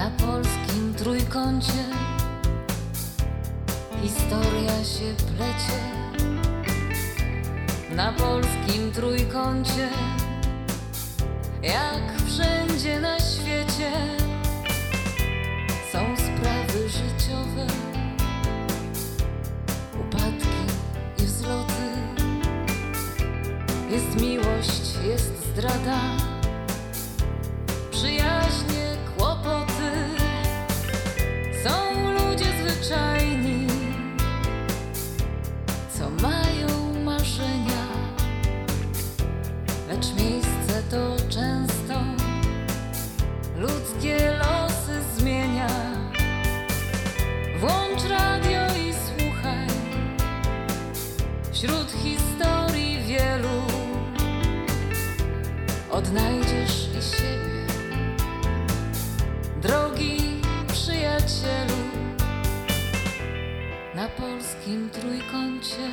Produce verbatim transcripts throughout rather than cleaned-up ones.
Na polskim trójkącie historia się plecie. Na polskim trójkącie, jak wszędzie na świecie, są sprawy życiowe, upadki i wzloty. Jest miłość, jest zdrada, przyjaźnie, kłopoty. Są ludzie zwyczajni, co mają marzenia, lecz miejsce to często ludzkie losy zmienia. Włącz radio i słuchaj, wśród historii wielu odnajdziesz i siebie, drogi przyjacielu. Na polskim trójkącie.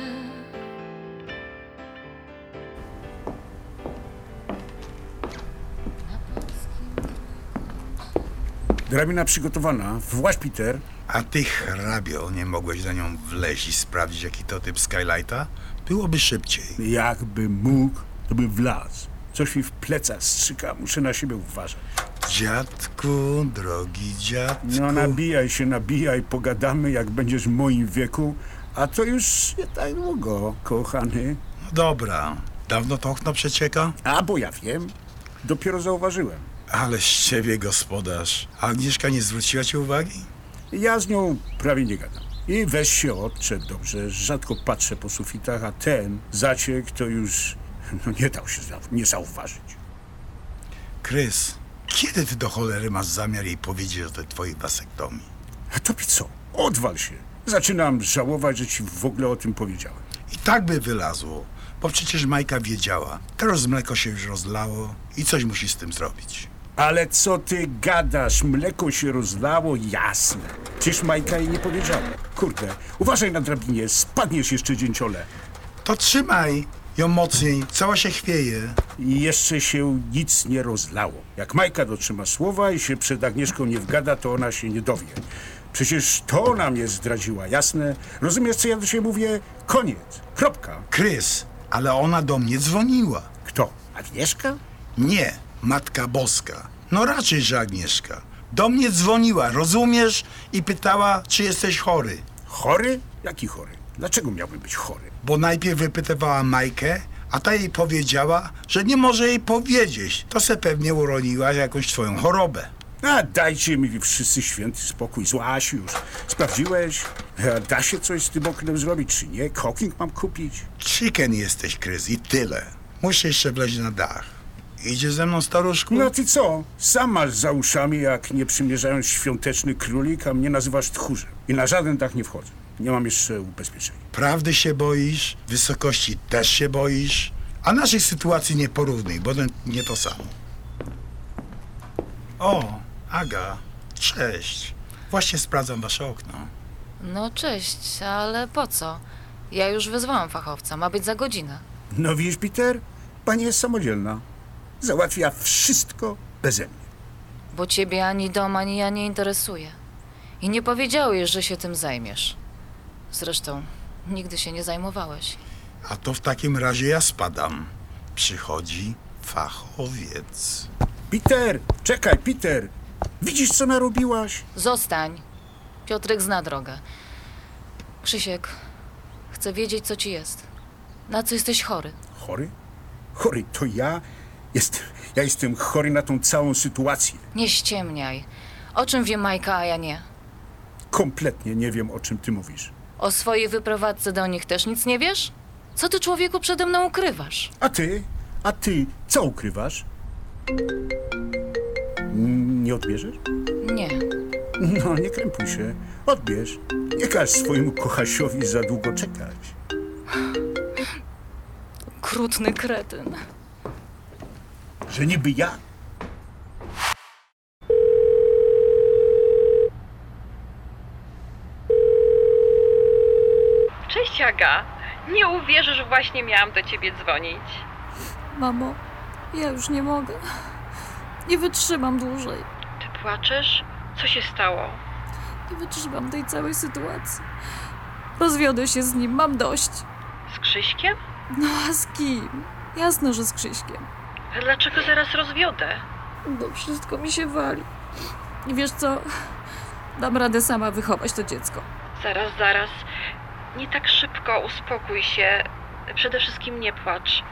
Na polskim trójkącie. Drabina przygotowana. Właź, Peter. A ty, hrabio, nie mogłeś za nią wleźć i sprawdzić, jaki to typ Skylighta? Byłoby szybciej. Jakbym mógł, to bym wlazł. Coś mi w plecach strzyka. Muszę na siebie uważać. Dziadku, drogi dziadku. No nabijaj się, nabijaj. Pogadamy, jak będziesz w moim wieku. A to już nie tak długo, kochany. No dobra, dawno to okno przecieka? A, bo ja wiem. Dopiero zauważyłem. Ale z ciebie gospodarz. A Agnieszka nie zwróciła ci uwagi? Ja z nią prawie nie gadam. I weź się odczep dobrze. Rzadko patrzę po sufitach, a ten zaciek to już no nie dał się za, nie zauważyć. Krys, kiedy ty do cholery masz zamiar jej powiedzieć o tej twojej wasektomii? A tobie co? Odwal się. Zaczynam żałować, że ci w ogóle o tym powiedziałem. I tak by wylazło, bo przecież Majka wiedziała. Teraz mleko się już rozlało i coś musi z tym zrobić. Ale co ty gadasz? Mleko się rozlało? Jasne. Przecież Majka jej nie powiedziała. Kurde, uważaj na drabinie, spadniesz jeszcze, dzięciole. To trzymaj ją mocniej, cała się chwieje. I jeszcze się nic nie rozlało. Jak Majka dotrzyma słowa i się przed Agnieszką nie wgada, to ona się nie dowie. Przecież to ona mnie zdradziła, jasne? Rozumiesz, co ja do siebie mówię? Koniec. Kropka. Krys, ale ona do mnie dzwoniła. Kto? Agnieszka? Nie, Matka Boska. No raczej, że Agnieszka. Do mnie dzwoniła, rozumiesz? I pytała, czy jesteś chory. Chory? Jaki chory? Dlaczego miałbym być chory? Bo najpierw wypytywała Majkę, a ta jej powiedziała, że nie może jej powiedzieć. To se pewnie uroniła jakąś twoją chorobę. A dajcie mi wszyscy święty spokój. Złaś już. Sprawdziłeś? A da się coś z tym oknem zrobić, czy nie? Caulking mam kupić? Chicken jesteś, Krys, i tyle. Muszę jeszcze wleźć na dach. Idziesz ze mną, staruszku? No ty co? Sam masz za uszami, jak nie przymierzając świąteczny królik, a mnie nazywasz tchórzem. I na żaden dach nie wchodzę. Nie mam jeszcze ubezpieczenia. Prawdy się boisz, wysokości też się boisz, a naszej sytuacji nie porównuj, bo to nie to samo. O, Aga, cześć. Właśnie sprawdzam wasze okno. No cześć, ale po co? Ja już wezwałam fachowca, ma być za godzinę. No widzisz, Peter? Pani jest samodzielna. Załatwia wszystko beze mnie. Bo ciebie ani dom, ani ja nie interesuje. I nie powiedziałeś, że się tym zajmiesz. Zresztą nigdy się nie zajmowałeś. A to w takim razie ja spadam. Przychodzi fachowiec. Peter! Czekaj, Peter! Widzisz, co narobiłaś? Zostań. Piotrek zna drogę. Krzysiek, chcę wiedzieć, co ci jest. Na co jesteś chory? Chory? Chory to ja? Jest, ja jestem chory na tą całą sytuację. Nie ściemniaj. O czym wie Majka, a ja nie? Kompletnie nie wiem, o czym ty mówisz. O swojej wyprowadzce do nich też nic nie wiesz? Co ty, człowieku, przede mną ukrywasz? A ty? A ty co ukrywasz? Mm, Nie odbierzesz? Nie. No, nie krępuj się. Odbierz. Nie każ swojemu kochasiowi za długo czekać. Okrutny kretyn. Że niby ja? Cześć, Aga. Nie uwierzysz, właśnie miałam do ciebie dzwonić. Mamo, ja już nie mogę. Nie wytrzymam dłużej. Ty płaczesz? Co się stało? Nie wytrzymam tej całej sytuacji. Rozwiodę się z nim, mam dość. Z Krzyśkiem? No a z kim? Jasno, że z Krzyśkiem. A dlaczego zaraz rozwiodę? Bo wszystko mi się wali. I wiesz co? Dam radę sama wychować to dziecko. Zaraz, zaraz. Nie tak szybko, uspokój się. Przede wszystkim nie płacz.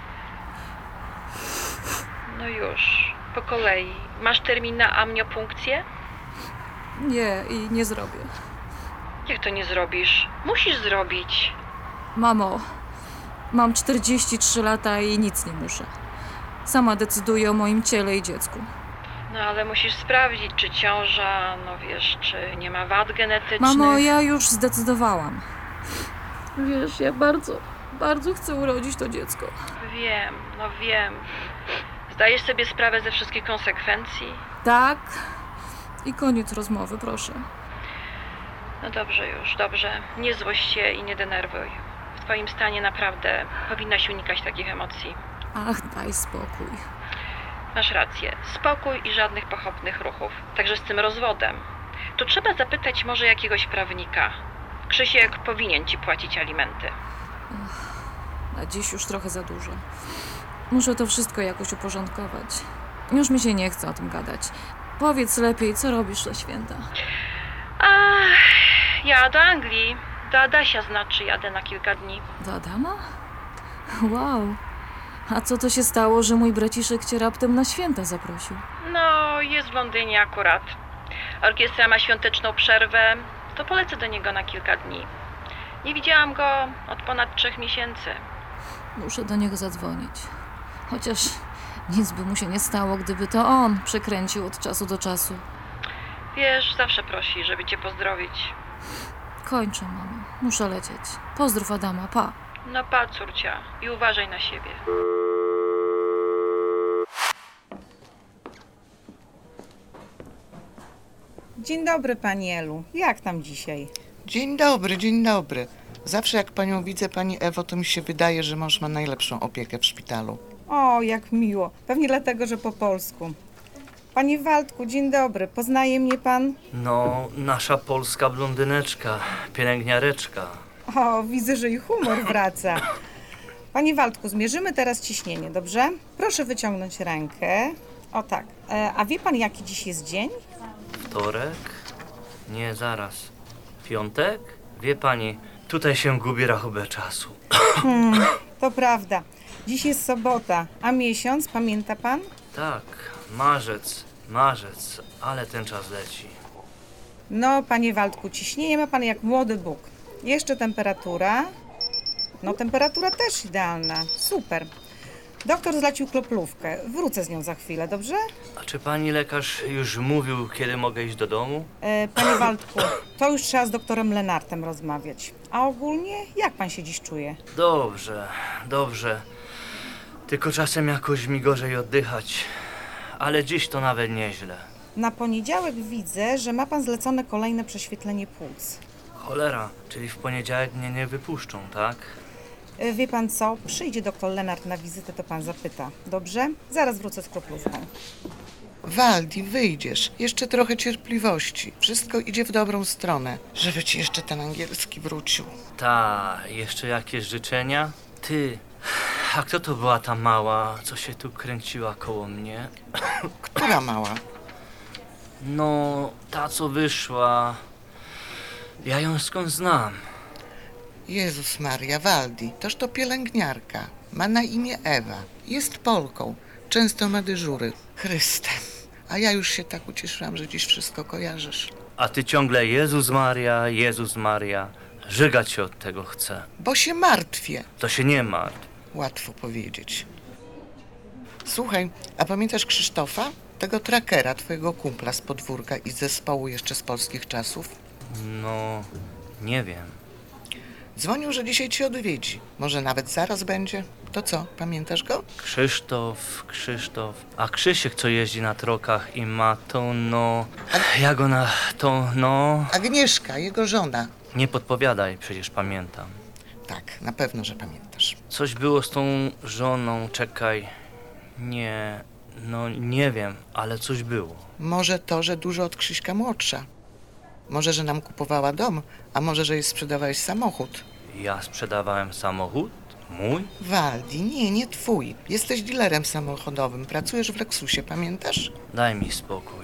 No już, po kolei. Masz termin na amniopunkcję? Nie, i nie zrobię. Jak to nie zrobisz? Musisz zrobić. Mamo, mam czterdzieści trzy lata i nic nie muszę. Sama decyduję o moim ciele i dziecku. No ale musisz sprawdzić, czy ciąża, no wiesz, czy nie ma wad genetycznych. Mamo, ja już zdecydowałam. Wiesz, ja bardzo, bardzo chcę urodzić to dziecko. Wiem, no wiem. Zdajesz sobie sprawę ze wszystkich konsekwencji? Tak? I koniec rozmowy, proszę. No dobrze już, dobrze. Nie złość się i nie denerwuj. W twoim stanie naprawdę powinnaś unikać takich emocji. Ach, daj spokój. Masz rację. Spokój i żadnych pochopnych ruchów. Także z tym rozwodem. To trzeba zapytać może jakiegoś prawnika. Krzysiek powinien ci płacić alimenty. A dziś już trochę za dużo. Muszę to wszystko jakoś uporządkować. Już mi się nie chce o tym gadać. Powiedz lepiej, co robisz na święta? A ja do Anglii. Do Adasia znaczy jadę na kilka dni. Do Adama? Wow. A co to się stało, że mój braciszek cię raptem na święta zaprosił? No, jest w Londynie akurat. Orkiestra ma świąteczną przerwę. To polecę do niego na kilka dni. Nie widziałam go od ponad trzech miesięcy. Muszę do niego zadzwonić. Chociaż nic by mu się nie stało, gdyby to on przekręcił od czasu do czasu. Wiesz, zawsze prosi, żeby cię pozdrowić. Kończę, mamo. Muszę lecieć. Pozdrów Adama, pa. No pa, córcia, i uważaj na siebie. Dzień dobry, pani Elu. Jak tam dzisiaj? Dzień dobry, dzień dobry. Zawsze jak panią widzę, pani Ewo, to mi się wydaje, że mąż ma najlepszą opiekę w szpitalu. O, jak miło. Pewnie dlatego, że po polsku. Panie Waldku, dzień dobry. Poznaje mnie pan? No, nasza polska blondyneczka, pielęgniareczka. O, widzę, że i humor wraca. Panie Waldku, zmierzymy teraz ciśnienie, dobrze? Proszę wyciągnąć rękę. O tak. E, a wie pan, jaki dziś jest dzień? Wtorek? Nie, zaraz. Piątek? Wie pani, tutaj się gubi rachubę czasu. To prawda. Dziś jest sobota. A miesiąc, pamięta pan? Tak, marzec, marzec, ale ten czas leci. No, panie Waldku, ciśnienie ma pan jak młody Bóg. Jeszcze temperatura. No, temperatura też idealna. Super. Doktor zlecił kroplówkę. Wrócę z nią za chwilę, dobrze? A czy pani lekarz już mówił, kiedy mogę iść do domu? E, panie Waldku, to już trzeba z doktorem Lenartem rozmawiać. A ogólnie, jak pan się dziś czuje? Dobrze, dobrze. Tylko czasem jakoś mi gorzej oddychać. Ale dziś to nawet nieźle. Na poniedziałek widzę, że ma pan zlecone kolejne prześwietlenie płuc. Cholera, czyli w poniedziałek mnie nie wypuszczą, tak? E, wie pan co? Przyjdzie doktor Lenart na wizytę, to pan zapyta. Dobrze? Zaraz wrócę z kroplówką. Waldi, wyjdziesz. Jeszcze trochę cierpliwości. Wszystko idzie w dobrą stronę. Żeby ci jeszcze ten angielski wrócił. Ta, jeszcze jakieś życzenia? Ty, a kto to była ta mała, co się tu kręciła koło mnie? Która mała? No, ta co wyszła. Ja ją skąd znam? Jezus Maria, Waldi, toż to pielęgniarka. Ma na imię Ewa. Jest Polką. Często ma dyżury. Chryste. A ja już się tak ucieszyłam, że dziś wszystko kojarzysz. A ty ciągle Jezus Maria, Jezus Maria. Żygać się od tego chcę. Bo się martwię. To się nie martw. Łatwo powiedzieć. Słuchaj, a pamiętasz Krzysztofa? Tego trackera, twojego kumpla z podwórka i z zespołu jeszcze z polskich czasów? No, nie wiem. Dzwonił, że dzisiaj cię odwiedzi. Może nawet zaraz będzie. To co, pamiętasz go? Krzysztof, Krzysztof. A Krzysiek, co jeździ na trokach i ma tą, no... Jak ona, tą, no... Agnieszka, jego żona. Nie podpowiadaj, przecież pamiętam. Tak, na pewno, że pamiętasz. Coś było z tą żoną, czekaj. Nie, No nie wiem, ale coś było. Może to, że dużo od Krzyśka młodsza. Może, że nam kupowała dom, a może, że jej sprzedawałeś samochód. Ja sprzedawałem samochód? Mój? Waldi, nie, nie twój. Jesteś dealerem samochodowym, pracujesz w Lexusie, pamiętasz? Daj mi spokój.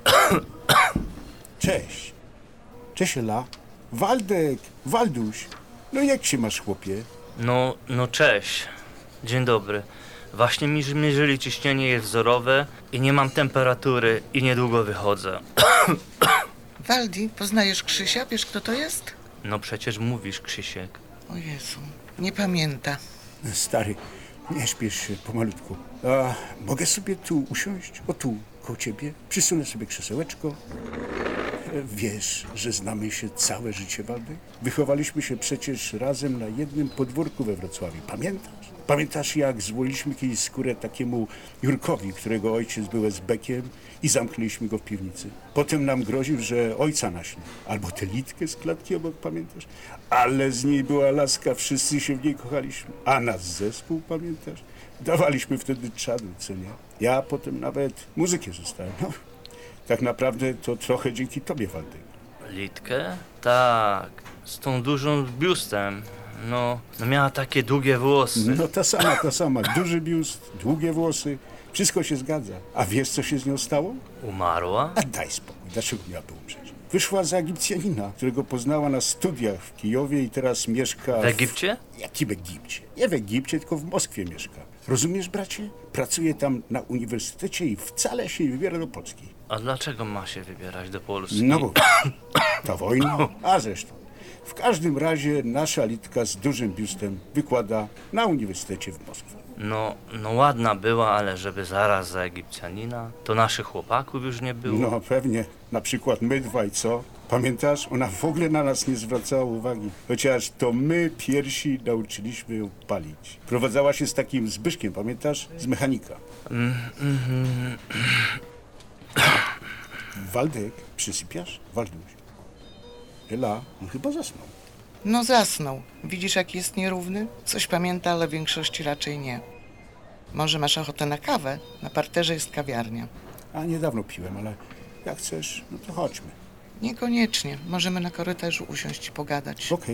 Cześć. Cześć, Ela. Waldek, Walduś. No jak się masz, chłopie? No, no cześć. Dzień dobry. Właśnie mi zmierzyli ciśnienie jest wzorowe i nie mam temperatury i niedługo wychodzę. Waldi, poznajesz Krzysia? Wiesz, kto to jest? No przecież mówisz, Krzysiek. O Jezu, nie pamięta. Stary, nie śpiesz się pomalutku. A mogę sobie tu usiąść? O tu, koło ciebie? Przysunę sobie krzesełeczko. Wiesz, że znamy się całe życie, Waldek? Wychowaliśmy się przecież razem na jednym podwórku we Wrocławiu. Pamiętasz? Pamiętasz, jak złoliśmy kiedyś skórę takiemu Jurkowi, którego ojciec był esbekiem i zamknęliśmy go w piwnicy? Potem nam groził, że ojca naśnie. Albo tę litkę z klatki obok, pamiętasz? Ale z niej była laska, wszyscy się w niej kochaliśmy. A nasz zespół, pamiętasz? Dawaliśmy wtedy czadu, co nie? Ja potem nawet muzykiem zostałem. No, tak naprawdę to trochę dzięki tobie, Waldek. Litkę? Tak, z tą dużą biustem. No, no miała takie długie włosy. No ta sama, ta sama. Duży biust, długie włosy. Wszystko się zgadza. A wiesz, co się z nią stało? Umarła? A daj spokój, dlaczego miałaby umrzeć? Wyszła za Egipcjanina, którego poznała na studiach w Kijowie i teraz mieszka W Egipcie? Jakim Egipcie? Nie w Egipcie, tylko w Moskwie mieszka. Rozumiesz, bracie? Pracuje tam na uniwersytecie i wcale się nie wybiera do Polski. A dlaczego ma się wybierać do Polski? No bo ta wojna, a zresztą. W każdym razie nasza Litka z dużym biustem wykłada na uniwersytecie w Moskwie. No, no ładna była, ale żeby zaraz za Egipcjanina, to naszych chłopaków już nie było. No pewnie, na przykład my dwaj, co? Pamiętasz? Ona w ogóle na nas nie zwracała uwagi, chociaż to my pierwsi nauczyliśmy ją palić. Prowadzała się z takim Zbyszkiem, pamiętasz? Z mechanika. Waldek, przysypiasz? Walduś. Ela, on chyba zasnął. No zasnął. Widzisz, jaki jest nierówny? Coś pamięta, ale w większości raczej nie. Może masz ochotę na kawę? Na parterze jest kawiarnia. A niedawno piłem, ale jak chcesz, no to chodźmy. Niekoniecznie. Możemy na korytarzu usiąść i pogadać. Okej.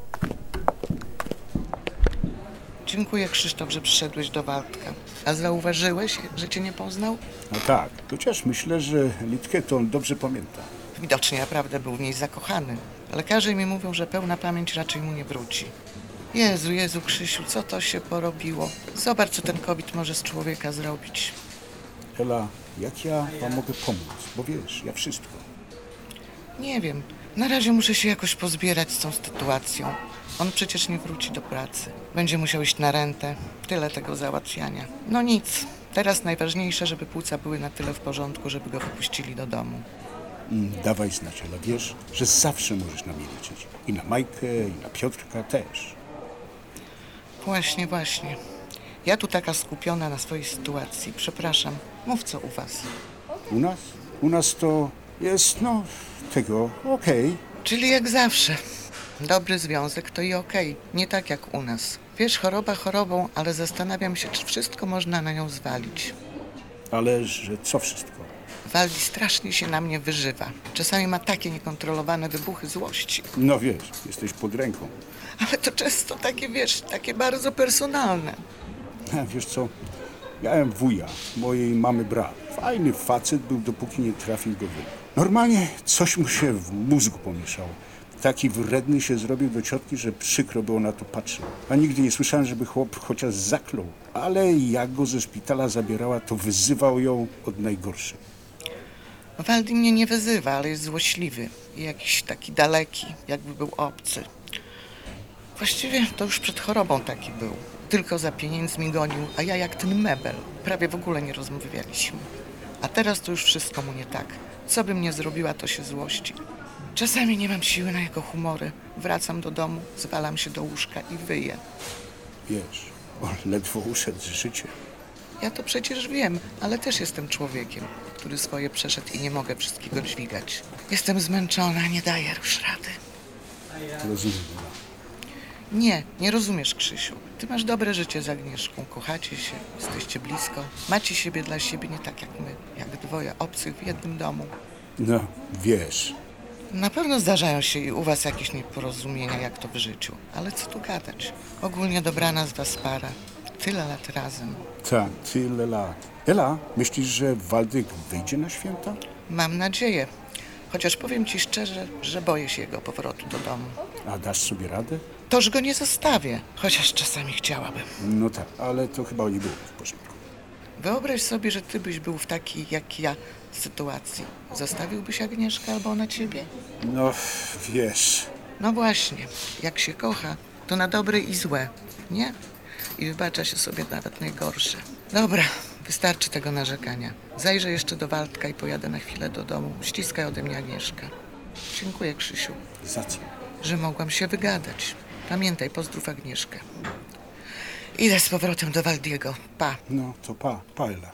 Dziękuję, Krzysztof, że przyszedłeś do Waldka. A zauważyłeś, że cię nie poznał? No tak, chociaż myślę, że Litkę to on dobrze pamięta. Widocznie naprawdę był w niej zakochany. Lekarze mi mówią, że pełna pamięć raczej mu nie wróci. Jezu, Jezu, Krzysiu, co to się porobiło? Zobacz, co ten COVID może z człowieka zrobić. Ela, jak ja wam mogę pomóc? Bo wiesz, ja wszystko. Nie wiem. Na razie muszę się jakoś pozbierać z tą sytuacją. On przecież nie wróci do pracy. Będzie musiał iść na rentę. Tyle tego załatwiania. No nic. Teraz najważniejsze, żeby płuca były na tyle w porządku, żeby go wypuścili do domu. Mm, dawaj znać, ale wiesz, że zawsze możesz na mnie liczyć. I na Majkę, i na Piotrka też. Właśnie, właśnie. Ja tu taka skupiona na swojej sytuacji. Przepraszam. Mów, co u was. U nas? U nas to jest, no, tego, okej. Czyli jak zawsze. Dobry związek to i okej. Nie tak jak u nas. Wiesz, choroba chorobą, ale zastanawiam się, czy wszystko można na nią zwalić. Ale że co wszystko? Waldi strasznie się na mnie wyżywa. Czasami ma takie niekontrolowane wybuchy złości. No wiesz, jesteś pod ręką. Ale to często takie, wiesz, takie bardzo personalne. A wiesz co, miałem wuja, mojej mamy brat. Fajny facet był, dopóki nie trafił do wyrok. Normalnie coś mu się w mózgu pomieszało. Taki wredny się zrobił do ciotki, że przykro było na to patrzeć. A nigdy nie słyszałem, żeby chłop chociaż zaklął. Ale jak go ze szpitala zabierała, to wyzywał ją od najgorszych. Waldi mnie nie wyzywa, ale jest złośliwy. I jakiś taki daleki, jakby był obcy. Właściwie to już przed chorobą taki był. Tylko za pieniędzmi gonił, a ja jak ten mebel. Prawie w ogóle nie rozmawialiśmy. A teraz to już wszystko mu nie tak. Co bym nie zrobiła, to się złości. Czasami nie mam siły na jego humory. Wracam do domu, zwalam się do łóżka i wyję. Wiesz, on ledwo uszedł z życiem. Ja to przecież wiem, ale też jestem człowiekiem, który swoje przeszedł i nie mogę wszystkiego dźwigać. Jestem zmęczona, nie daję już rady. Rozumiem. Nie, nie rozumiesz, Krzysiu. Ty masz dobre życie z Agnieszką, kochacie się, jesteście blisko, macie siebie dla siebie, nie tak jak my, jak dwoje obcych w jednym domu. No, wiesz. Na pewno zdarzają się i u was jakieś nieporozumienia, jak to w życiu. Ale co tu gadać? Ogólnie dobrana z was para. Tyle lat razem. Tak, tyle lat. Ela, myślisz, że Waldek wyjdzie na święta? Mam nadzieję. Chociaż powiem ci szczerze, że boję się jego powrotu do domu. A dasz sobie radę? Toż go nie zostawię, chociaż czasami chciałabym. No tak, ale to chyba nie było w porządku. Wyobraź sobie, że ty byś był w takiej jak ja sytuacji. Zostawiłbyś Agnieszkę albo ona ciebie? No, wiesz. No właśnie, jak się kocha, to na dobre i złe, nie? I wybacza się sobie nawet najgorsze. Dobra, wystarczy tego narzekania. Zajrzę jeszcze do Waldka i pojadę na chwilę do domu. Ściskaj ode mnie Agnieszkę. Dziękuję, Krzysiu, Za co? że mogłam się wygadać. Pamiętaj, pozdrów Agnieszkę. Idę z powrotem do Waldiego. Pa. No, to pa, pa Ela.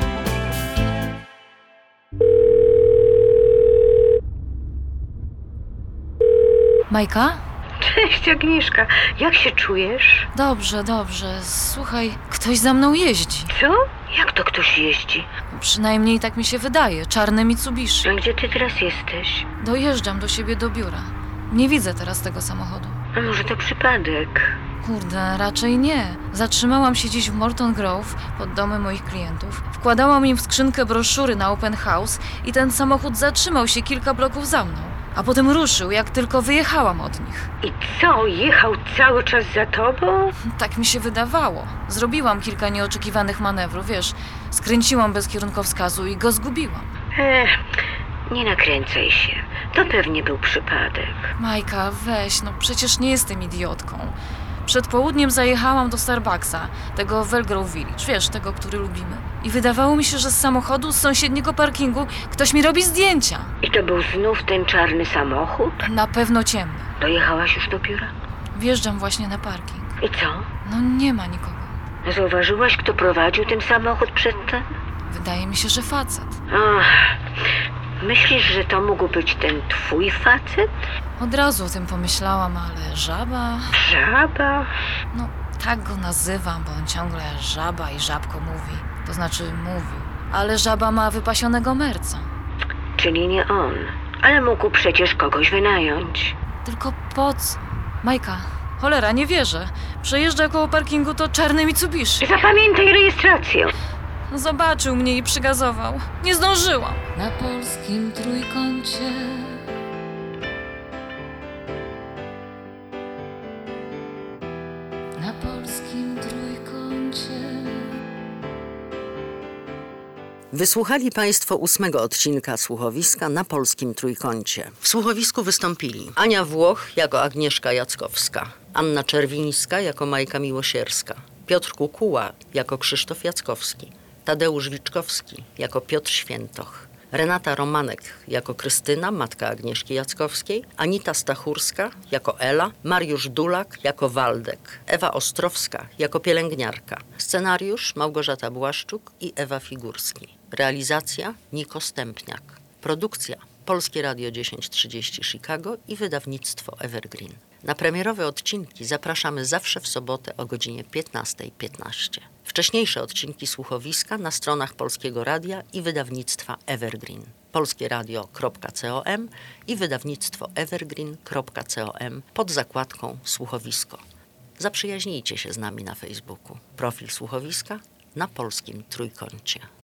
Majka? Cześć Agnieszka, jak się czujesz? Dobrze, dobrze. Słuchaj, ktoś za mną jeździ. Co? Jak to ktoś jeździ? Przynajmniej tak mi się wydaje. Czarny Mitsubishi. A gdzie ty teraz jesteś? Dojeżdżam do siebie do biura. Nie widzę teraz tego samochodu. A może to przypadek? Kurde, raczej nie. Zatrzymałam się dziś w Morton Grove, pod domem moich klientów. Wkładałam im w skrzynkę broszury na open house i ten samochód zatrzymał się kilka bloków za mną. A potem ruszył, jak tylko wyjechałam od nich. I co, jechał cały czas za tobą? Tak mi się wydawało. Zrobiłam kilka nieoczekiwanych manewrów, wiesz. Skręciłam bez kierunkowskazu i go zgubiłam. Ech, nie nakręcaj się. To pewnie był przypadek. Majka, weź, no przecież nie jestem idiotką. Przed południem zajechałam do Starbucksa, tego w Velgrove Village, wiesz, tego, który lubimy. I wydawało mi się, że z samochodu z sąsiedniego parkingu ktoś mi robi zdjęcia. I to był znów ten czarny samochód? Na pewno ciemny. Dojechałaś już do biura? Wjeżdżam właśnie na parking. I co? No nie ma nikogo. Zauważyłaś, kto prowadził ten samochód przedtem? Wydaje mi się, że facet. Ach, myślisz, że to mógł być ten twój facet? Od razu o tym pomyślałam, ale żaba... Żaba? No, tak go nazywam, bo on ciągle żaba i żabko mówi. To znaczy mówił. Ale żaba ma wypasionego merca. Czyli nie on. Ale mógł przecież kogoś wynająć. Tylko po co? Majka, cholera, nie wierzę. Przejeżdża koło parkingu to czarny Mitsubishi. Zapamiętaj rejestrację. Zobaczył mnie i przygazował. Nie zdążyłam. Na polskim trójkącie. Na polskim trójkącie. Wysłuchali Państwo ósmego odcinka Słuchowiska na polskim trójkącie. W słuchowisku wystąpili Ania Włoch jako Agnieszka Jackowska, Anna Czerwińska jako Majka Miłosierska, Piotr Kukuła jako Krzysztof Jackowski, Tadeusz Wiczkowski jako Piotr Świętoch, Renata Romanek jako Krystyna, matka Agnieszki Jackowskiej, Anita Stachurska jako Ela, Mariusz Dulak jako Waldek, Ewa Ostrowska jako pielęgniarka, scenariusz Małgorzata Błaszczuk i Ewa Figurski, realizacja Niko Stępniak, produkcja Polskie Radio tysiąc trzydzieści Chicago i wydawnictwo Evergreen. Na premierowe odcinki zapraszamy zawsze w sobotę o godzinie piętnasta piętnaście. Wcześniejsze odcinki Słuchowiska na stronach Polskiego Radia i wydawnictwa Evergreen. polskieradio kropka com i wydawnictwo evergreen kropka com pod zakładką Słuchowisko. Zaprzyjaźnijcie się z nami na Facebooku. Profil Słuchowiska na polskim trójkącie.